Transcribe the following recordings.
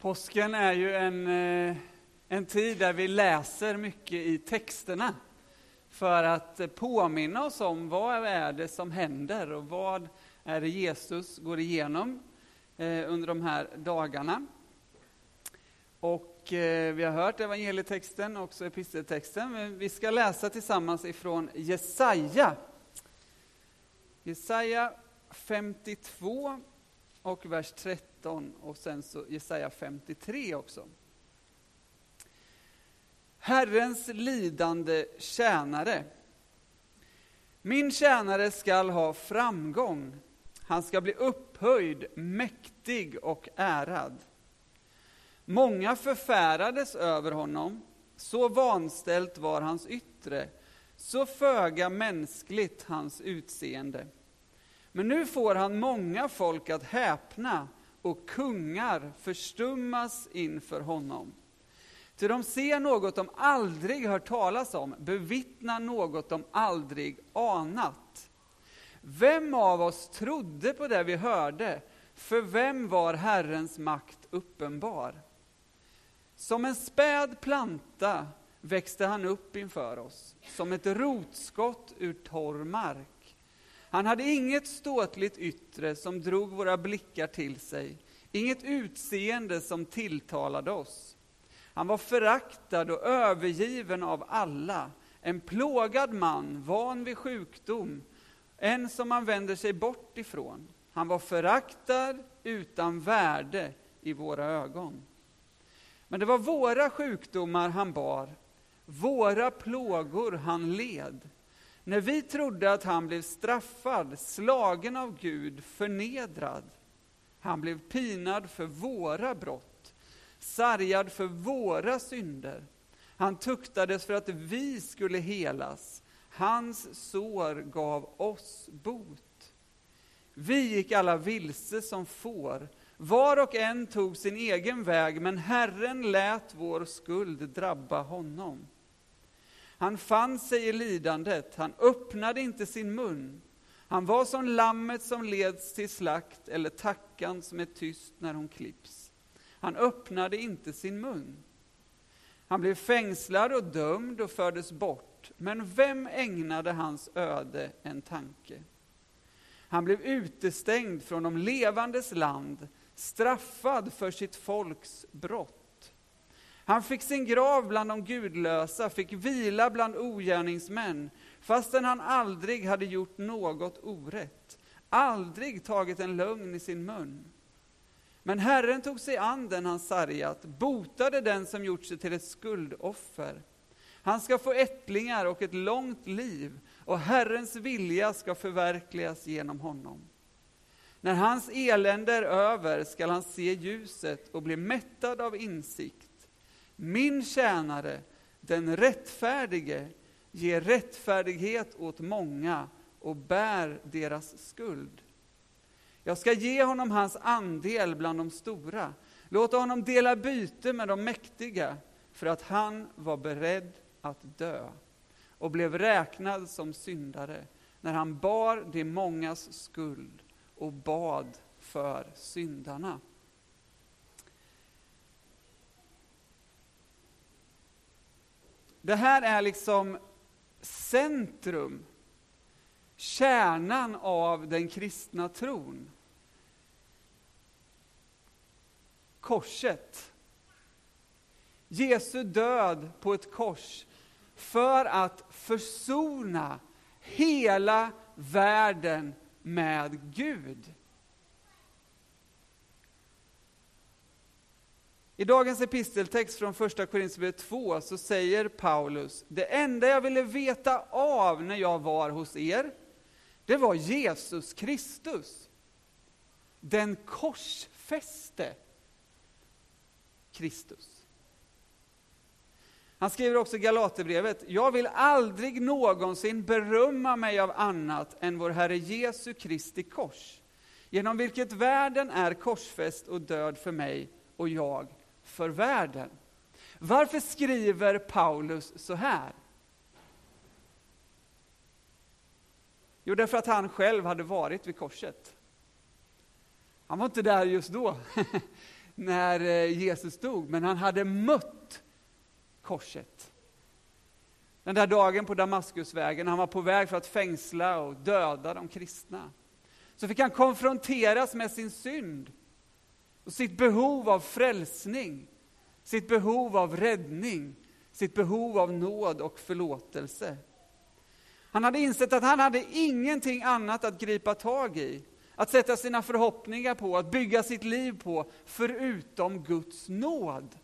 Påsken är ju en tid där vi läser mycket i texterna för att påminna oss om vad är det som händer och vad är det Jesus går igenom under de här dagarna. Och vi har hört evangelietexten och också episteltexten, men vi ska läsa tillsammans ifrån Jesaja. Jesaja 52 och vers 13 och sen så Jesaja 53 också. Herrens lidande tjänare. Min tjänare skall ha framgång. Han ska bli upphöjd, mäktig och ärad. Många förfärades över honom. Så vanställt var hans yttre. Så föga mänskligt hans utseende. Men nu får han många folk att häpna och kungar förstummas inför honom. Till de ser något de aldrig hört talas om, bevittnar något de aldrig anat. Vem av oss trodde på det vi hörde? För vem var Herrens makt uppenbar? Som en späd planta växte han upp inför oss, som ett rotskott ur torr mark. Han hade inget ståtligt yttre som drog våra blickar till sig, inget utseende som tilltalade oss. Han var föraktad och övergiven av alla, en plågad man, van vid sjukdom, en som man vänder sig bort ifrån. Han var föraktad utan värde i våra ögon. Men det var våra sjukdomar han bar, våra plågor han led. När vi trodde att han blev straffad, slagen av Gud, förnedrad. Han blev pinad för våra brott, sargad för våra synder. Han tuktades för att vi skulle helas. Hans sår gav oss bot. Vi gick alla vilse som får. Var och en tog sin egen väg, men Herren lät vår skuld drabba honom. Han fann sig i lidandet, han öppnade inte sin mun. Han var som lammet som leds till slakt eller tackan som är tyst när hon klipps. Han öppnade inte sin mun. Han blev fängslad och dömd och fördes bort. Men vem ägnade hans öde en tanke? Han blev utestängd från de levandes land, straffad för sitt folks brott. Han fick sin grav bland de gudlösa, fick vila bland ogärningsmän, fastän han aldrig hade gjort något orätt, aldrig tagit en lögn i sin mun. Men Herren tog sig an den han sargat, botade den som gjort sig till ett skuldoffer. Han ska få ättlingar och ett långt liv, och Herrens vilja ska förverkligas genom honom. När hans elände är över skall han se ljuset och bli mättad av insikt. Min tjänare, den rättfärdige, ger rättfärdighet åt många och bär deras skuld. Jag ska ge honom hans andel bland de stora. Låta honom dela byte med de mäktiga, för att han var beredd att dö och blev räknad som syndare när han bar de mångas skuld och bad för syndarna. Det här är liksom centrum, kärnan av den kristna tron. Korset. Jesu död på ett kors för att försona hela världen med Gud. I dagens episteltext från första Korinthierbrevet 2 så säger Paulus: det enda jag ville veta av när jag var hos er, det var Jesus Kristus. Den korsfäste Kristus. Han skriver också i Galaterbrevet: jag vill aldrig någonsin berömma mig av annat än vår Herre Jesu Kristi kors, genom vilket världen är korsfäst och död för mig och jag för världen. Varför skriver Paulus så här? Jo, därför att han själv hade varit vid korset. Han var inte där just då. när Jesus dog, men han hade mött korset. Den där dagen på Damaskusvägen, han var på väg för att fängsla och döda de kristna. Så fick han konfronteras med sin synd och sitt behov av frälsning, sitt behov av räddning, sitt behov av nåd och förlåtelse. Han hade insett att han hade ingenting annat att gripa tag i, att sätta sina förhoppningar på, att bygga sitt liv på, förutom Guds nåd.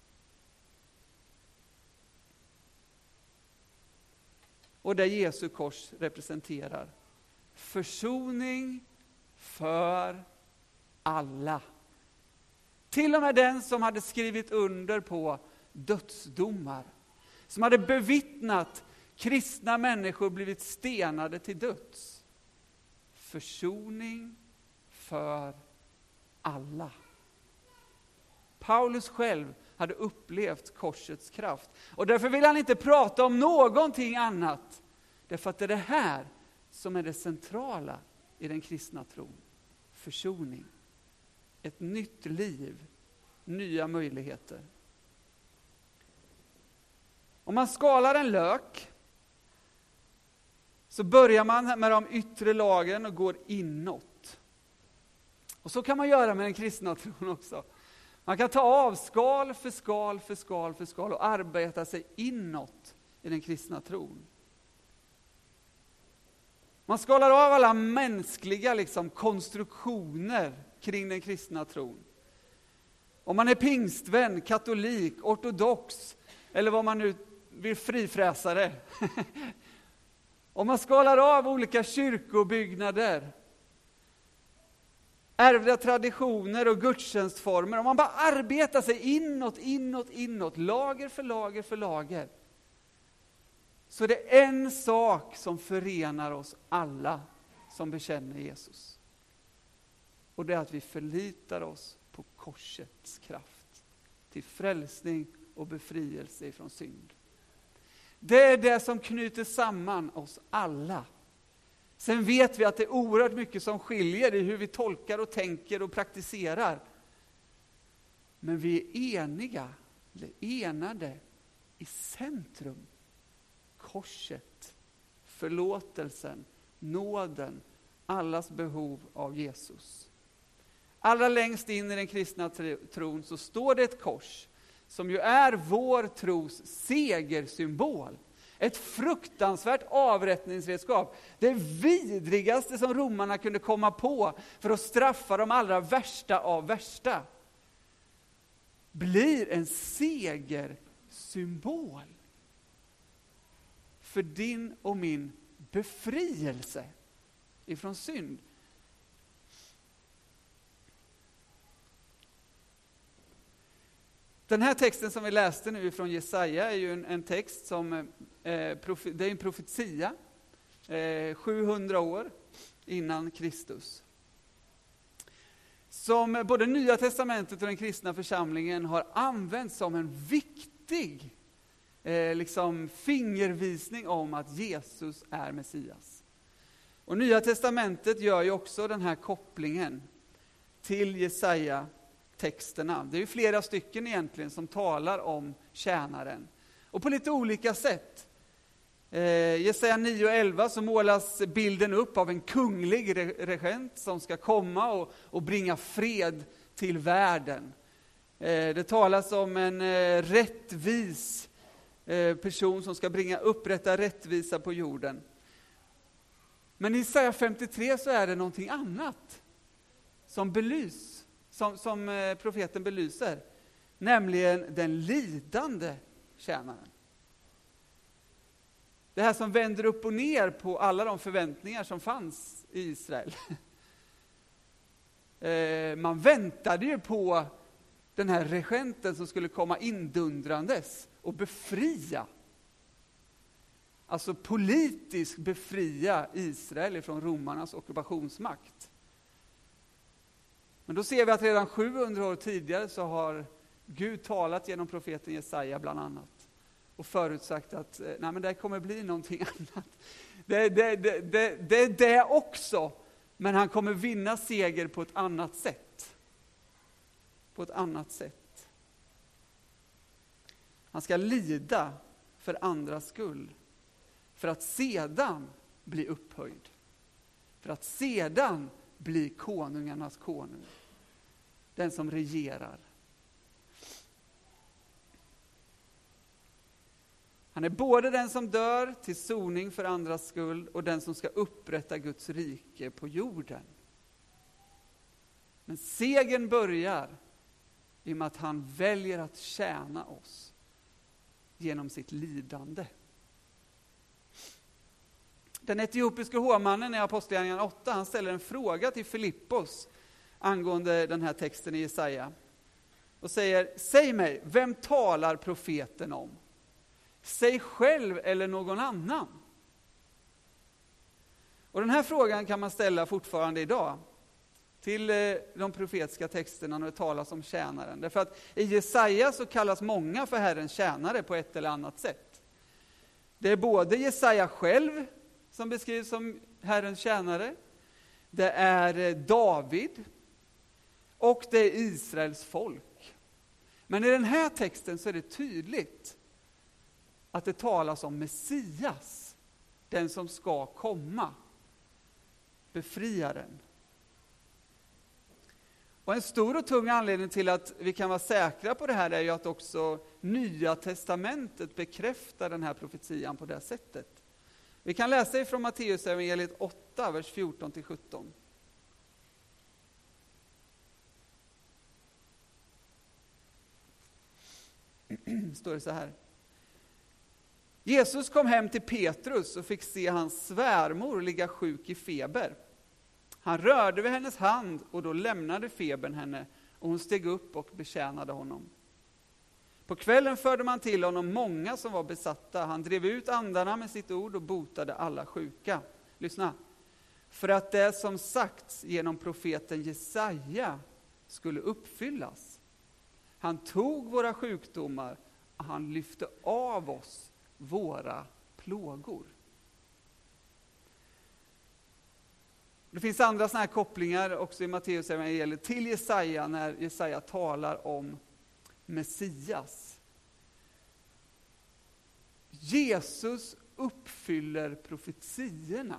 Och det Jesu kors representerar försoning för alla. Till och med den som hade skrivit under på dödsdomar, som hade bevittnat kristna människor blivit stenade till döds. Försoning för alla. Paulus själv hade upplevt korsets kraft. Och därför vill han inte prata om någonting annat. Därför att det är det här som är det centrala i den kristna tron. Försoning. Ett nytt liv. Nya möjligheter. Om man skalar en lök så börjar man med de yttre lagren och går inåt. Och så kan man göra med den kristna tron också. Man kan ta av skal för skal för skal för skal och arbeta sig inåt i den kristna tron. Man skalar av alla mänskliga konstruktioner kring den kristna tron. Om man är pingstvän, katolik, ortodox eller vad man nu vill, frifräsare. Om man skalar av olika kyrkobyggnader, ärvda traditioner och gudstjänstformer. Om man bara arbetar sig inåt, lager för lager för lager. Så det är en sak som förenar oss alla som bekänner Jesus. Och det är att vi förlitar oss på korsets kraft. Till frälsning och befrielse ifrån synd. Det är det som knyter samman oss alla. Sen vet vi att det är oerhört mycket som skiljer i hur vi tolkar och tänker och praktiserar. Men vi är enade i centrum. Korset, förlåtelsen, nåden, allas behov av Jesus. Allra längst in i den kristna tron så står det ett kors som ju är vår tros segersymbol. Ett fruktansvärt avrättningsredskap. Det vidrigaste som romarna kunde komma på för att straffa de allra värsta av värsta. Blir en segersymbol för din och min befrielse ifrån synd. Den här texten som vi läste nu från Jesaja är ju en text som det är en profetia 700 år innan Kristus. Som både Nya testamentet och den kristna församlingen har använt som en viktig fingervisning om att Jesus är Messias. Och Nya testamentet gör ju också den här kopplingen till Jesaja-texterna. Det är ju flera stycken egentligen som talar om tjänaren. Och på lite olika sätt. Jesaja 9 och 11 så målas bilden upp av en kunglig regent som ska komma och bringa fred till världen. Det talas om en rättvis person som ska upprätta rättvisa på jorden. Men i Jesaja 53 så är det någonting annat som profeten belyser, nämligen den lidande tjänaren. Det här som vänder upp och ner på alla de förväntningar som fanns i Israel. Man väntade ju på den här regenten som skulle komma indundrandes och befria. Alltså politiskt befria Israel från romarnas ockupationsmakt. Men då ser vi att redan 700 år tidigare så har Gud talat genom profeten Jesaja bland annat. Och förutsagt att men det kommer bli någonting annat. Det är det också. Men han kommer vinna seger på ett annat sätt. på ett annat sätt. Han ska lida för andras skull, för att sedan bli upphöjd. För att sedan bli konungarnas konung. Den som regerar. Han är både den som dör till soning för andras skull och den som ska upprätta Guds rike på jorden. Men segern börjar i och med att han väljer att tjäna oss genom sitt lidande. Den etiopiska hovmannen i Apostlagärningarna 8, han ställer en fråga till Filippos angående den här texten i Jesaja. Och säger, säg mig, vem talar profeten om? Säg själv eller någon annan? Och den här frågan kan man ställa fortfarande idag till de profetiska texterna när det talas om tjänaren. Därför att i Jesaja så kallas många för Herrens tjänare på ett eller annat sätt. Det är både Jesaja själv som beskrivs som Herrens tjänare. Det är David och det är Israels folk. Men i den här texten så är det tydligt att det talas om Messias, den som ska komma, befriaren. Och en stor och tung anledning till att vi kan vara säkra på det här är ju att också Nya testamentet bekräftar den här profetian på det sättet. Vi kan läsa ifrån Matteus evangeliet 8, vers 14-17. Står det så här. Jesus kom hem till Petrus och fick se hans svärmor ligga sjuk i feber. Han rörde vid hennes hand och då lämnade febern henne och hon steg upp och betjänade honom. På kvällen förde man till honom många som var besatta. Han drev ut andarna med sitt ord och botade alla sjuka. Lyssna. För att det som sagts genom profeten Jesaja skulle uppfyllas. Han tog våra sjukdomar och han lyfte av oss våra plågor. Det finns andra såna här kopplingar också i Matteus evangeliet till Jesaja när Jesaja talar om Messias. Jesus uppfyller profetierna.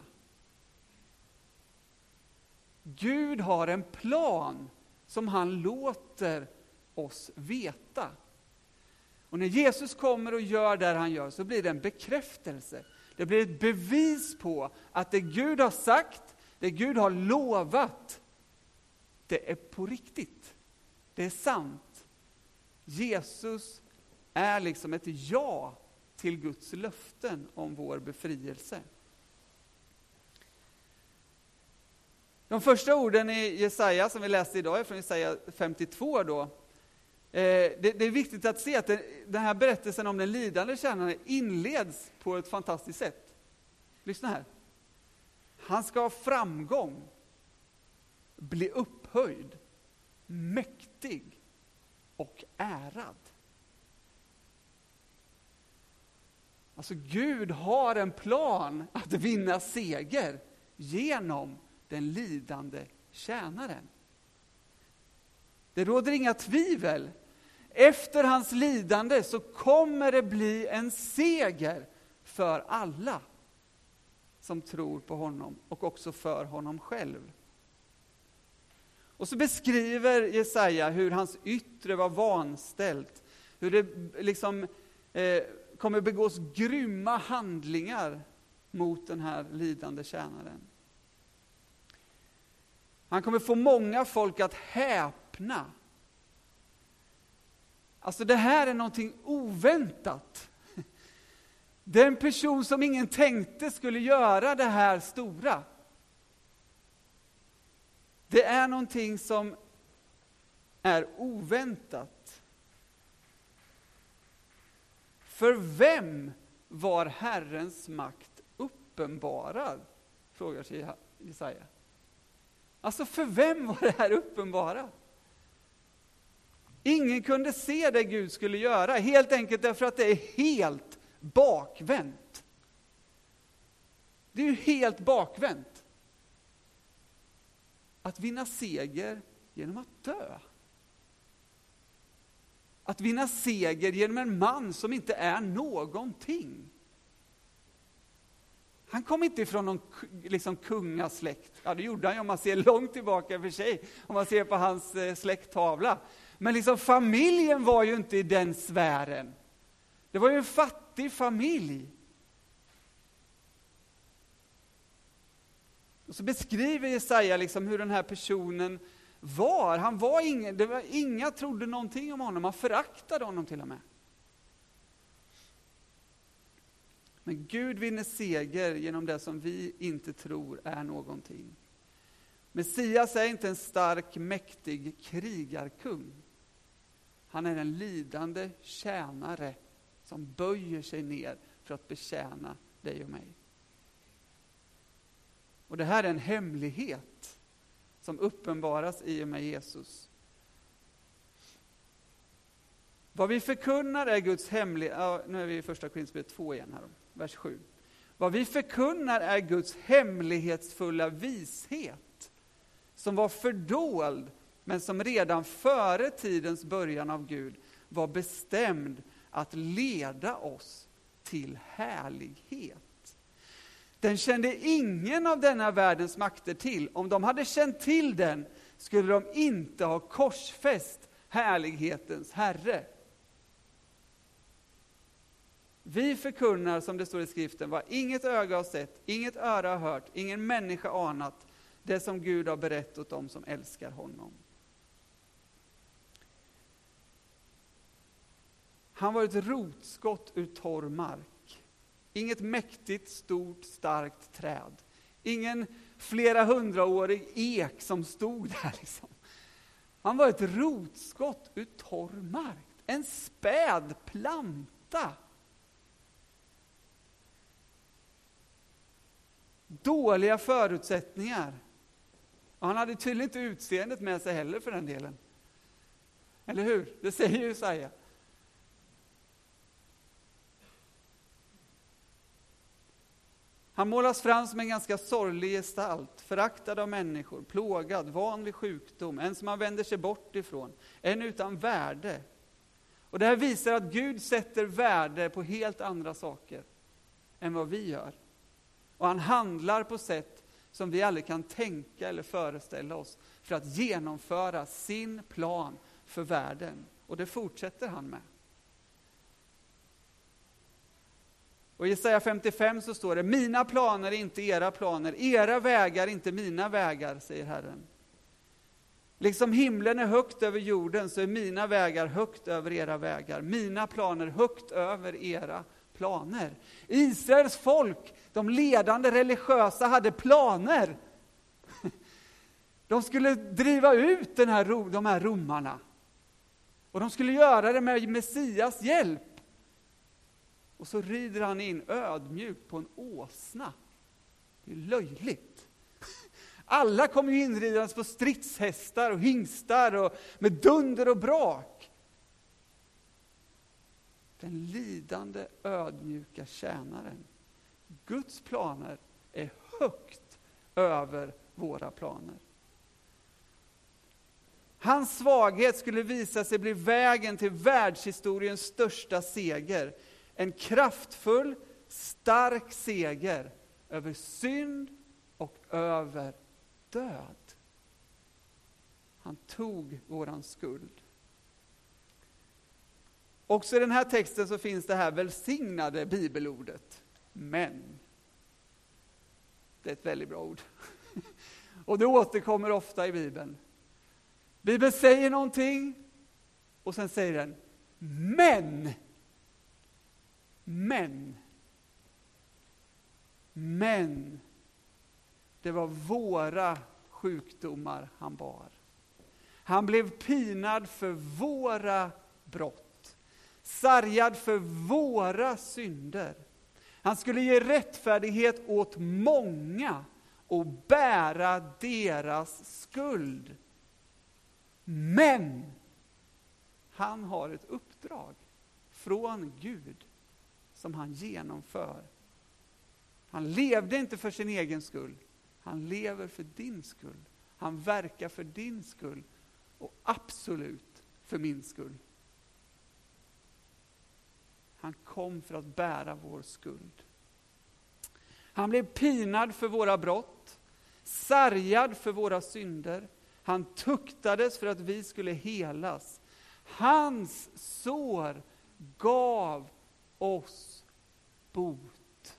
Gud har en plan som han låter oss veta. Och när Jesus kommer och gör det han gör så blir det en bekräftelse. Det blir ett bevis på att det Gud har sagt, det Gud har lovat, det är på riktigt. Det är sant. Jesus är liksom ett ja till Guds löften om vår befrielse. De första orden i Jesaja som vi läste idag är från Jesaja 52 då. Det är viktigt att se att den här berättelsen om den lidande tjänaren inleds på ett fantastiskt sätt. Lyssna här. Han ska ha framgång, bli upphöjd, mäktig och ärad. Alltså Gud har en plan att vinna seger genom den lidande tjänaren. Det råder inga tvivel. Efter hans lidande så kommer det bli en seger för alla som tror på honom och också för honom själv. Och så beskriver Jesaja hur hans yttre var vanställt. Hur det liksom kommer begås grymma handlingar mot den här lidande tjänaren. Han kommer få många folk att häpna. Alltså det här är någonting oväntat. Den person som ingen tänkte skulle göra det här stora. Det är någonting som är oväntat. För vem var Herrens makt uppenbarad? Frågar sig Jesaja. Alltså för vem var det här uppenbarat? Ingen kunde se det Gud skulle göra. Helt enkelt därför att det är helt bakvänt. Det är ju helt bakvänt. Att vinna seger genom att dö. att vinna seger genom en man som inte är någonting. Han kom inte ifrån någon kungasläkt. Ja, det gjorde han ju om man ser långt tillbaka för sig. Om man ser på hans släkttavla. Men familjen var ju inte i den sfären. Det var ju en fattig familj. Och så beskriver Jesaja hur den här personen var. Han var ingen, inga trodde någonting om honom. Man föraktade honom till och med. Men Gud vinner seger genom det som vi inte tror är någonting. Messias är inte en stark, mäktig krigarkung. Han är en lidande tjänare som böjer sig ner för att betjäna dig och mig. Och det här är en hemlighet som uppenbaras i och med Jesus. Vad vi förkunnar är Guds hemlighet. Nu är vi i första Korinthierbrevet 2 igen här, vers 7. Vad vi förkunnar är Guds hemlighetsfulla vishet, som var fördold, men som redan före tidens början av Gud var bestämd att leda oss till härlighet. Den kände ingen av denna världens makter till. Om de hade känt till den skulle de inte ha korsfäst härlighetens Herre. Vi förkunnar, som det står i skriften, vad inget öga har sett, inget öra har hört, ingen människa anat, det som Gud har berättat åt dem som älskar honom. Han var ett rotskott ur torr mark. Inget mäktigt, stort, starkt träd. Ingen flera hundraårig ek som stod där. Han var ett rotskott ur torr mark. En späd planta. Dåliga förutsättningar. Och han hade tydligen inte utseendet med sig heller för den delen. Eller hur? Det säger ju Jesaja. Han målas fram som en ganska sorglig gestalt, föraktad av människor, plågad, van vid sjukdom, en som man vänder sig bort ifrån, en utan värde. Och det här visar att Gud sätter värde på helt andra saker än vad vi gör. Och han handlar på sätt som vi aldrig kan tänka eller föreställa oss för att genomföra sin plan för världen. Och det fortsätter han med. Och i Jesaja 55 så står det: mina planer är inte era planer, era vägar är inte mina vägar, säger Herren. Liksom himlen är högt över jorden så är mina vägar högt över era vägar, mina planer högt över era planer. Israels folk, de ledande religiösa, hade planer. De skulle driva ut de här romarna. Och de skulle göra det med Messias hjälp. Och så rider han in ödmjukt på en åsna. Det är löjligt. Alla kommer ju inridans på stridshästar och hingstar och med dunder och brak. Den lidande, ödmjuka tjänaren. Guds planer är högt över våra planer. Hans svaghet skulle visa sig bli vägen till världshistoriens största seger. En kraftfull, stark seger över synd och över död. Han tog våran skuld. Också i den här texten så finns det här välsignade bibelordet. Men. Det är ett väldigt bra ord. Och det återkommer ofta i Bibeln. Bibeln säger någonting och sen säger den Men det var våra sjukdomar han bar. Han blev pinad för våra brott, sargad för våra synder. Han skulle ge rättfärdighet åt många och bära deras skuld. Men han har ett uppdrag från Gud som han genomför. Han levde inte för sin egen skull. Han lever för din skull. Han verkar för din skull. Och absolut för min skull. Han kom för att bära vår skuld. Han blev pinad för våra brott, sargad för våra synder. Han tuktades för att vi skulle helas. Hans sår gav oss bot.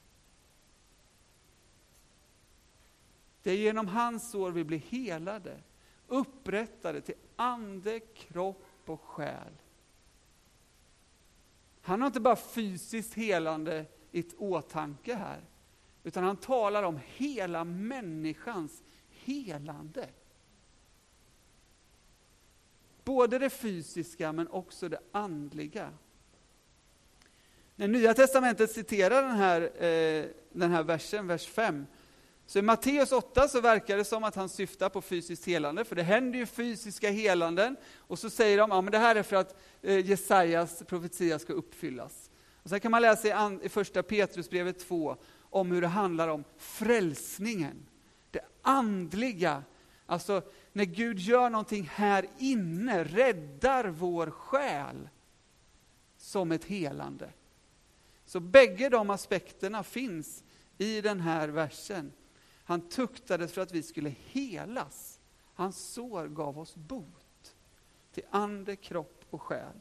Det är genom hans sår vi blir helade, upprättade till ande, kropp och själ. Han har inte bara fysiskt helande i ett åtanke här, utan han talar om hela människans helande. Både det fysiska men också det andliga. När Nya testamentet citerar den här versen, vers 5, så i Matteus 8 så verkar det som att han syftar på fysiskt helande, för det händer ju fysiska helanden, och så säger de, ja men det här är för att Jesajas profetia ska uppfyllas. Och sen kan man läsa i första Petrusbrevet 2 om hur det handlar om frälsningen, det andliga, alltså när Gud gör någonting här inne, räddar vår själ som ett helande. Så bägge de aspekterna finns i den här versen. Han tuktades för att vi skulle helas. Hans sår gav oss bot till ande, kropp och själ.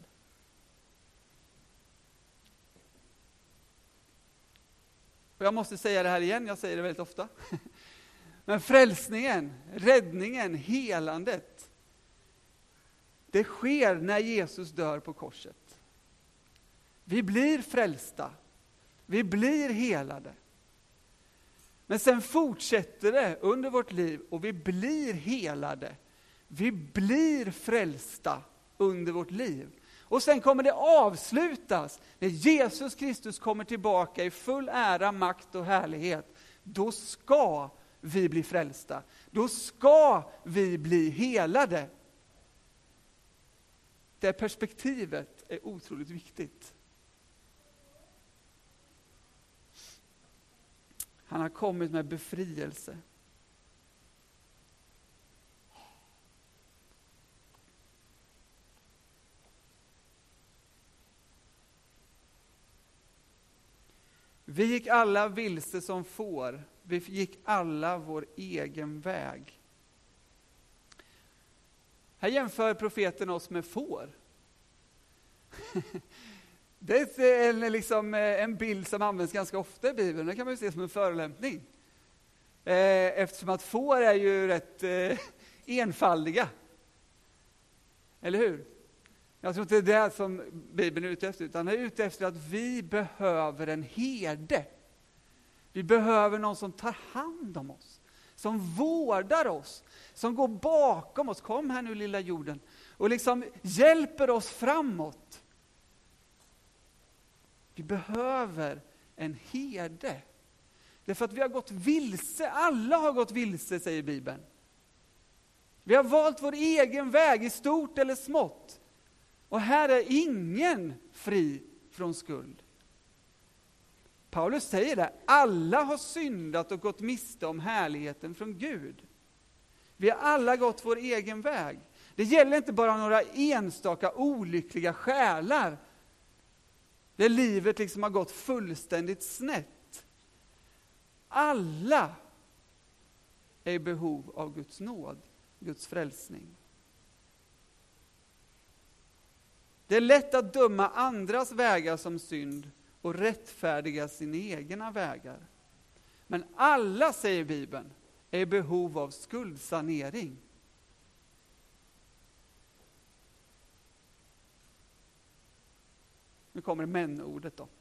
Och jag måste säga det här igen, jag säger det väldigt ofta. Men frälsningen, räddningen, helandet, det sker när Jesus dör på korset. Vi blir frälsta. Vi blir helade. Men sen fortsätter det under vårt liv och vi blir helade. Vi blir frälsta under vårt liv. Och sen kommer det avslutas när Jesus Kristus kommer tillbaka i full ära, makt och härlighet. Då ska vi bli frälsta. Då ska vi bli helade. Det perspektivet är otroligt viktigt. Han har kommit med befrielse. Vi gick alla vilse som får. Vi gick alla vår egen väg. Här jämför profeten oss med får. Det är en bild som används ganska ofta i Bibeln. Det kan man ju se som en förolämpning. Eftersom att får är ju rätt enfaldiga. Eller hur? Jag tror inte det är det som Bibeln är ute efter. Utan det är ute efter att vi behöver en herde. Vi behöver någon som tar hand om oss. Som vårdar oss. Som går bakom oss. Kom här nu lilla jorden. Och liksom hjälper oss framåt. Vi behöver en herde. Därför att vi har gått vilse. Alla har gått vilse, säger Bibeln. Vi har valt vår egen väg i stort eller smått. Och här är ingen fri från skuld. Paulus säger det. Alla har syndat och gått miste om härligheten från Gud. Vi har alla gått vår egen väg. Det gäller inte bara några enstaka olyckliga själar. Där livet liksom har gått fullständigt snett. Alla är i behov av Guds nåd, Guds frälsning. Det är lätt att döma andras vägar som synd och rättfärdiga sina egna vägar. Men alla, säger Bibeln, är i behov av skuldsanering. Nu kommer men-ordet då.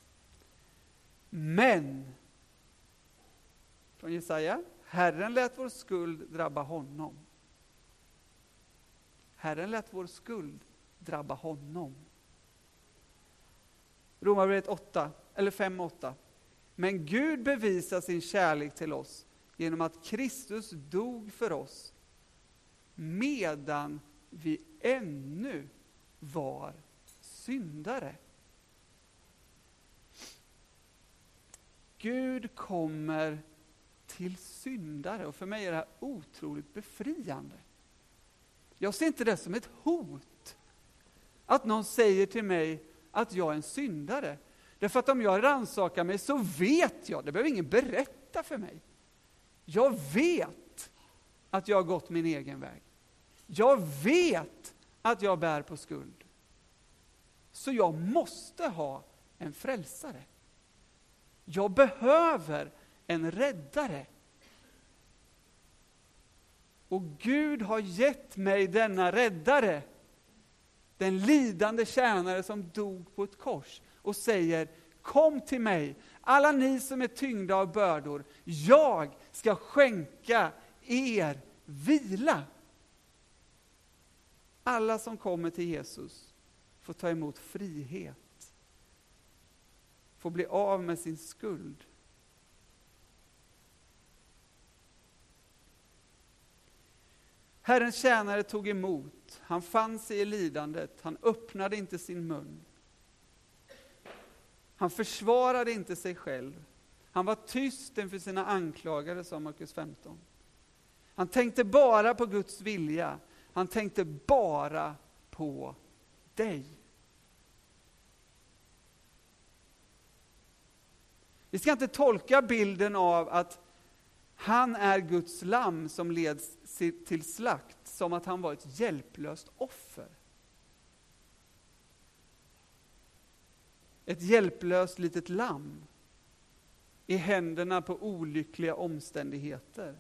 Men, från Jesaja, Herren lät vår skuld drabba honom. Herren lät vår skuld drabba honom. Romarbrevet 5:8. Men Gud bevisar sin kärlek till oss genom att Kristus dog för oss medan vi ännu var syndare. Gud kommer till syndare, och för mig är det här otroligt befriande. Jag ser inte det som ett hot. Att någon säger till mig att jag är en syndare. Därför att om jag rannsakar mig så vet jag, det behöver ingen berätta för mig. Jag vet att jag har gått min egen väg. Jag vet att jag bär på skuld. Så jag måste ha en frälsare. Jag behöver en räddare. Och Gud har gett mig denna räddare. Den lidande tjänare som dog på ett kors. Och säger, kom till mig, alla ni som är tyngda av bördor. Jag ska skänka er vila. Alla som kommer till Jesus får ta emot frihet. Får bli av med sin skuld. Herrens tjänare tog emot. Han fann sig i lidandet. Han öppnade inte sin mun. Han försvarade inte sig själv. Han var tyst inför sina anklagare, sa Markus 15. Han tänkte bara på Guds vilja. Han tänkte bara på dig. Vi ska inte tolka bilden av att han är Guds lamm som leds till slakt som att han var ett hjälplöst offer. Ett hjälplöst litet lamm i händerna på olyckliga omständigheter.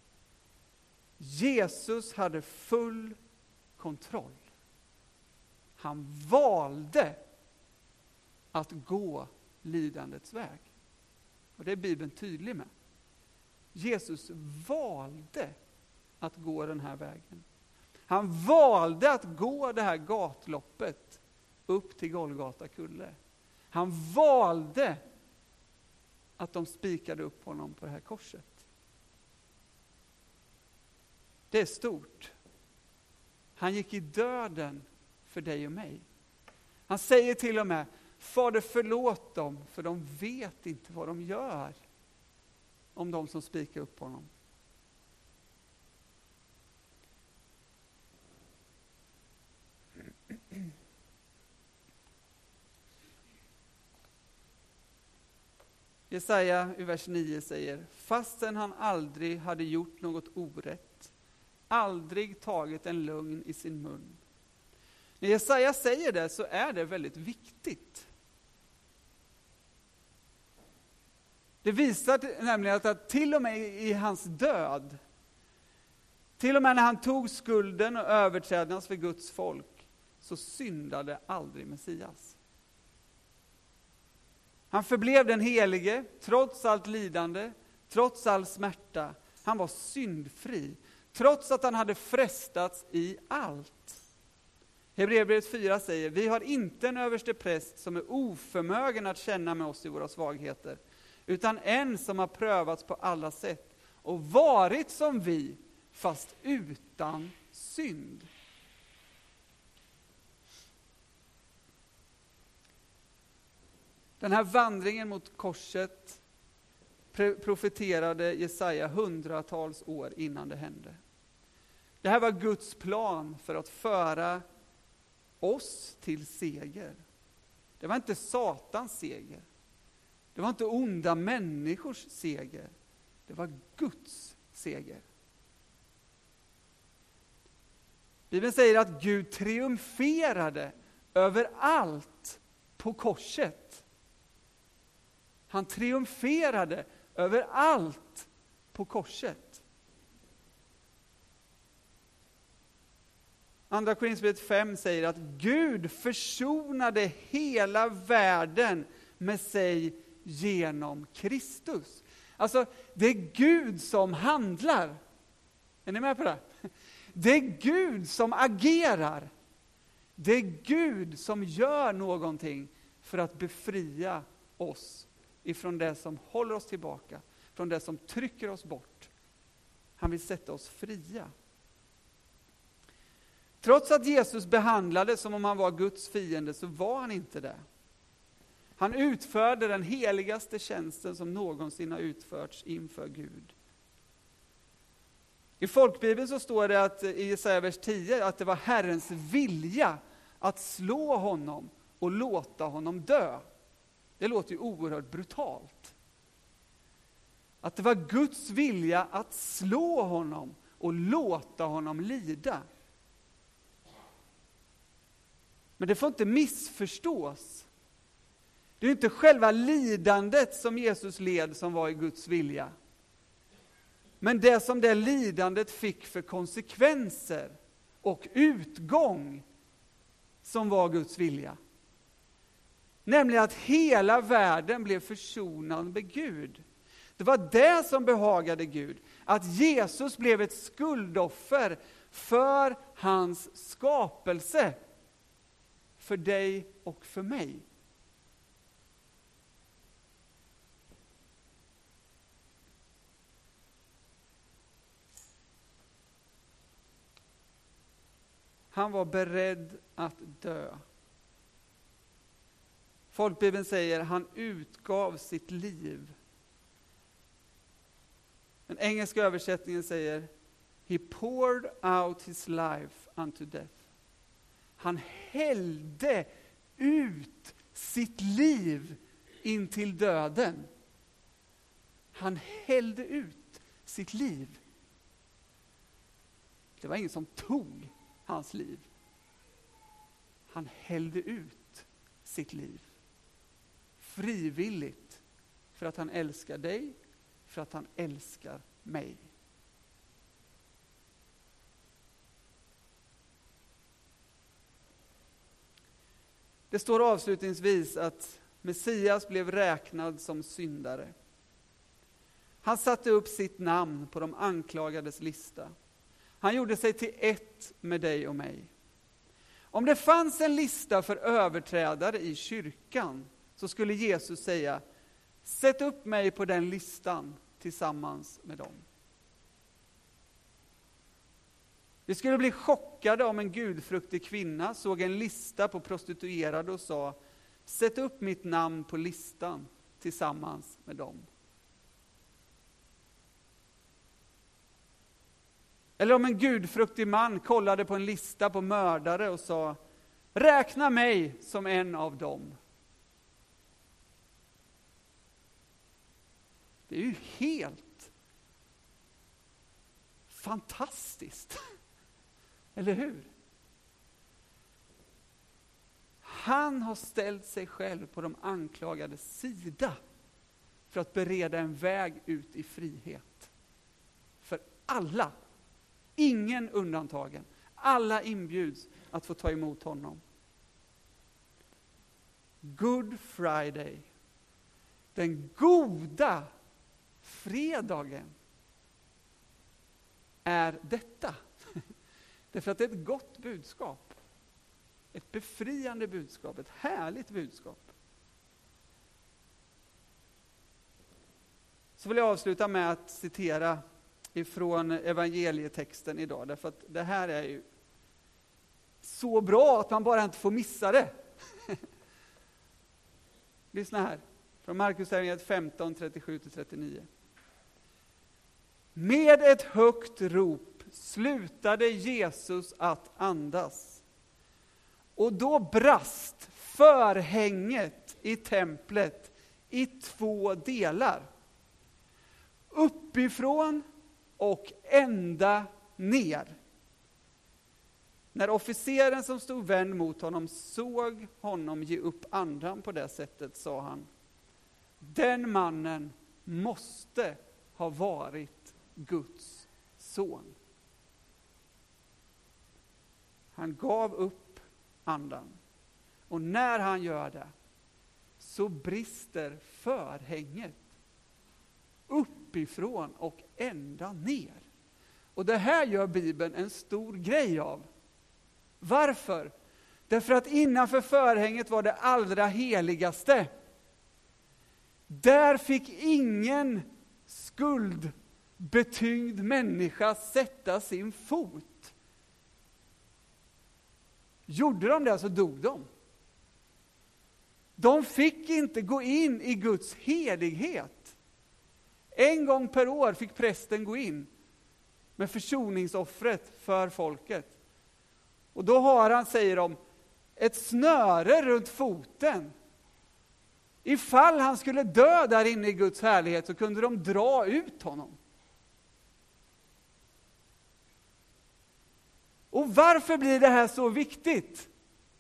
Jesus hade full kontroll. Han valde att gå lidandets väg. Och det är Bibeln tydlig med. Jesus valde att gå den här vägen. Han valde att gå det här gatloppet upp till Golgata kulle. Han valde att de spikade upp honom på det här korset. Det är stort. Han gick i döden för dig och mig. Han säger till och med, Fader förlåt dem, för de vet inte vad de gör. Om de som spikar upp honom. Jesaja i vers 9 säger, fastän han aldrig hade gjort något orätt, aldrig tagit en lögn i sin mun. När Jesaja säger det så är det väldigt viktigt. Det visar nämligen att till och med i hans död, till och med när han tog skulden och överträdelsen för Guds folk, så syndade aldrig Messias. Han förblev den helige, trots allt lidande, trots all smärta. Han var syndfri, trots att han hade frestats i allt. Hebreerbrevet 4 säger, vi har inte en överste präst som är oförmögen att känna med oss i våra svagheter, utan en som har prövats på alla sätt och varit som vi, fast utan synd. Den här vandringen mot korset profeterade Jesaja hundratals år innan det hände. Det här var Guds plan för att föra oss till seger. Det var inte Satans seger. Det var inte onda människors seger. Det var Guds seger. Bibeln säger att Gud triumferade över allt på korset. Han triumferade över allt på korset. Andra Korinthierbrevet 5 säger att Gud försonade hela världen med sig genom Kristus. Alltså, det är Gud som handlar. Är ni med på det? Det är Gud som agerar. Det är Gud som gör någonting för att befria oss ifrån det som håller oss tillbaka, från det som trycker oss bort. Han vill sätta oss fria. Trots att Jesus behandlades som om han var Guds fiende, så var han inte det. Han utförde den heligaste tjänsten som någonsin har utförts inför Gud. I folkbibeln så står det att, i Jesaja vers 10, att det var Herrens vilja att slå honom och låta honom dö. Det låter ju oerhört brutalt. Att det var Guds vilja att slå honom och låta honom lida. Men det får inte missförstås. Det är inte själva lidandet som Jesus led som var i Guds vilja. Men det som det lidandet fick för konsekvenser och utgång som var Guds vilja. Nämligen att hela världen blev försonad med Gud. Det var det som behagade Gud. Att Jesus blev ett skuldoffer för hans skapelse. För dig och för mig. Han var beredd att dö. Folkbibeln säger han utgav sitt liv. Den engelska översättningen säger he poured out his life unto death. Han hällde ut sitt liv in till döden. Han hällde ut sitt liv. Det var ingen som tog hans liv. Han hällde ut sitt liv. Frivilligt. För att han älskar dig. För att han älskar mig. Det står avslutningsvis att Messias blev räknad som syndare. Han satte upp sitt namn på de anklagades lista. Han gjorde sig till ett med dig och mig. Om det fanns en lista för överträdare i kyrkan så skulle Jesus säga, sätt upp mig på den listan tillsammans med dem. Vi skulle bli chockade om en gudfruktig kvinna såg en lista på prostituerade och sa, sätt upp mitt namn på listan tillsammans med dem. Eller om en gudfruktig man kollade på en lista på mördare och sa, räkna mig som en av dem. Det är ju helt fantastiskt. Eller hur? Han har ställt sig själv på de anklagades sida för att bereda en väg ut i frihet. För alla. Ingen undantagen. Alla inbjuds att få ta emot honom. Good Friday. Den goda fredagen är detta. Därför att det är ett gott budskap. Ett befriande budskap. Ett härligt budskap. Så vill jag avsluta med att citera ifrån evangelietexten idag. Därför att det här är ju så bra att man bara inte får missa det. Lyssna här. Från Markus evangeliet 15, 37-39. Med ett högt rop slutade Jesus att andas. Och då brast förhänget i templet i 2 delar. Uppifrån och ända ner. När officeren som stod vänd mot honom såg honom ge upp andan på det sättet sa han, den mannen måste ha varit Guds son. Han gav upp andan. Och när han gör det så brister förhänget uppifrån och ända ner. Och det här gör Bibeln en stor grej av. Varför? Därför att innanför förhänget var det allra heligaste. Där fick ingen skuldbetyngd människa sätta sin fot. Gjorde de det så dog de. De fick inte gå in i Guds helighet. En gång per år fick prästen gå in med försoningsoffret för folket. Och då har han, säger de, ett snöre runt foten. Ifall han skulle dö där inne i Guds härlighet så kunde de dra ut honom. Och varför blir det här så viktigt?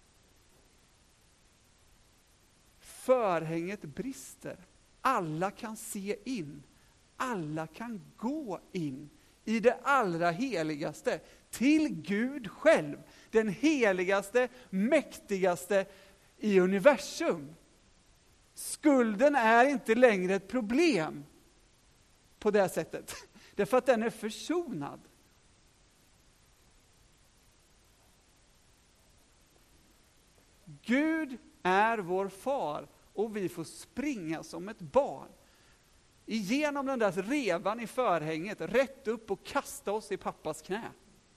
Förhänget brister. Alla kan se in. Alla kan gå in i det allra heligaste. Till Gud själv. Den heligaste, mäktigaste i universum. Skulden är inte längre ett problem på det sättet. Därför att den är försonad. Gud är vår far och vi får springa som ett barn. Igenom den där revan i förhänget, rätt upp och kasta oss i pappas knä.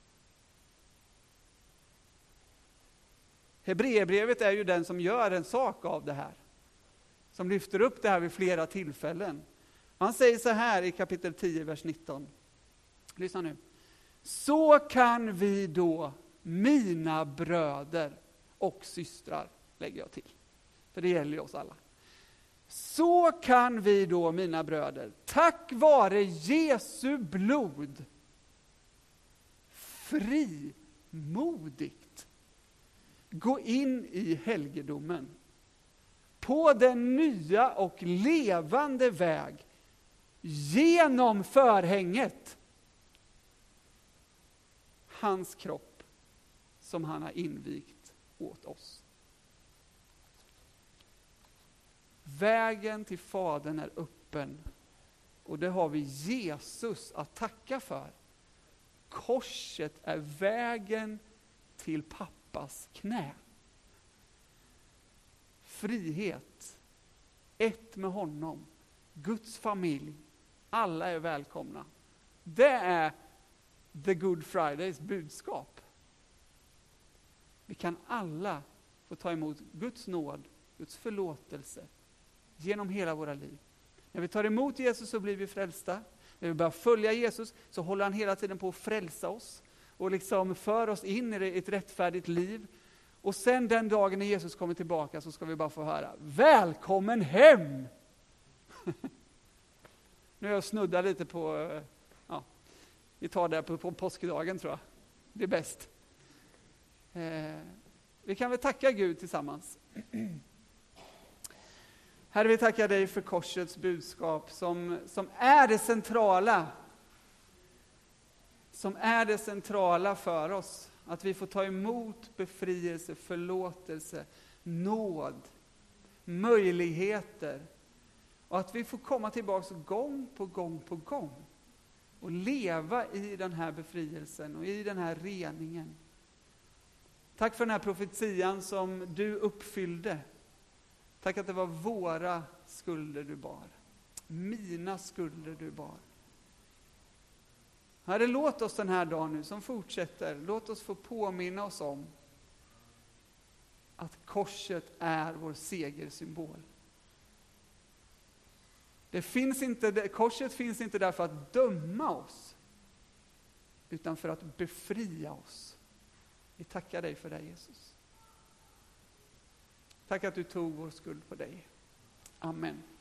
Hebreerbrevet är ju den som gör en sak av det här. Som lyfter upp det här vid flera tillfällen. Han säger så här i kapitel 10, vers 19. Lyssna nu. Så kan vi då, mina bröder och systrar, lägger jag till. För det gäller ju oss alla. Så kan vi då, mina bröder, tack vare Jesu blod, frimodigt gå in i helgedomen. På den nya och levande väg genom förhänget. Hans kropp som han har invigt åt oss. Vägen till Fadern är öppen och det har vi Jesus att tacka för. Korset är vägen till pappas knä. Frihet, ett med honom, Guds familj, alla är välkomna. Det är The Good Fridays budskap. Vi kan alla få ta emot Guds nåd, Guds förlåtelse genom hela våra liv. När vi tar emot Jesus så blir vi frälsta. När vi börjar följa Jesus så håller han hela tiden på att frälsa oss och liksom för oss in i ett rättfärdigt liv. Och sen den dagen när Jesus kommer tillbaka så ska vi bara få höra: välkommen hem! Nu är jag snuddar lite på, vi tar det på påskdagen tror jag. Det är bäst. Vi kan väl tacka Gud tillsammans. Herre, vi tackar dig för korsets budskap som är det centrala. Som är det centrala för oss. Att vi får ta emot befrielse, förlåtelse, nåd, möjligheter. Och att vi får komma tillbaka gång på gång på gång. Och leva i den här befrielsen och i den här reningen. Tack för den här profetian som du uppfyllde. Tack att det var våra skulder du bar. Mina skulder du bar. Herre, låt oss den här dagen nu som fortsätter, låt oss få påminna oss om att korset är vår segersymbol. Korset finns inte där för att döma oss, utan för att befria oss. Vi tackar dig för det, Jesus. Tack att du tog vår skuld på dig. Amen.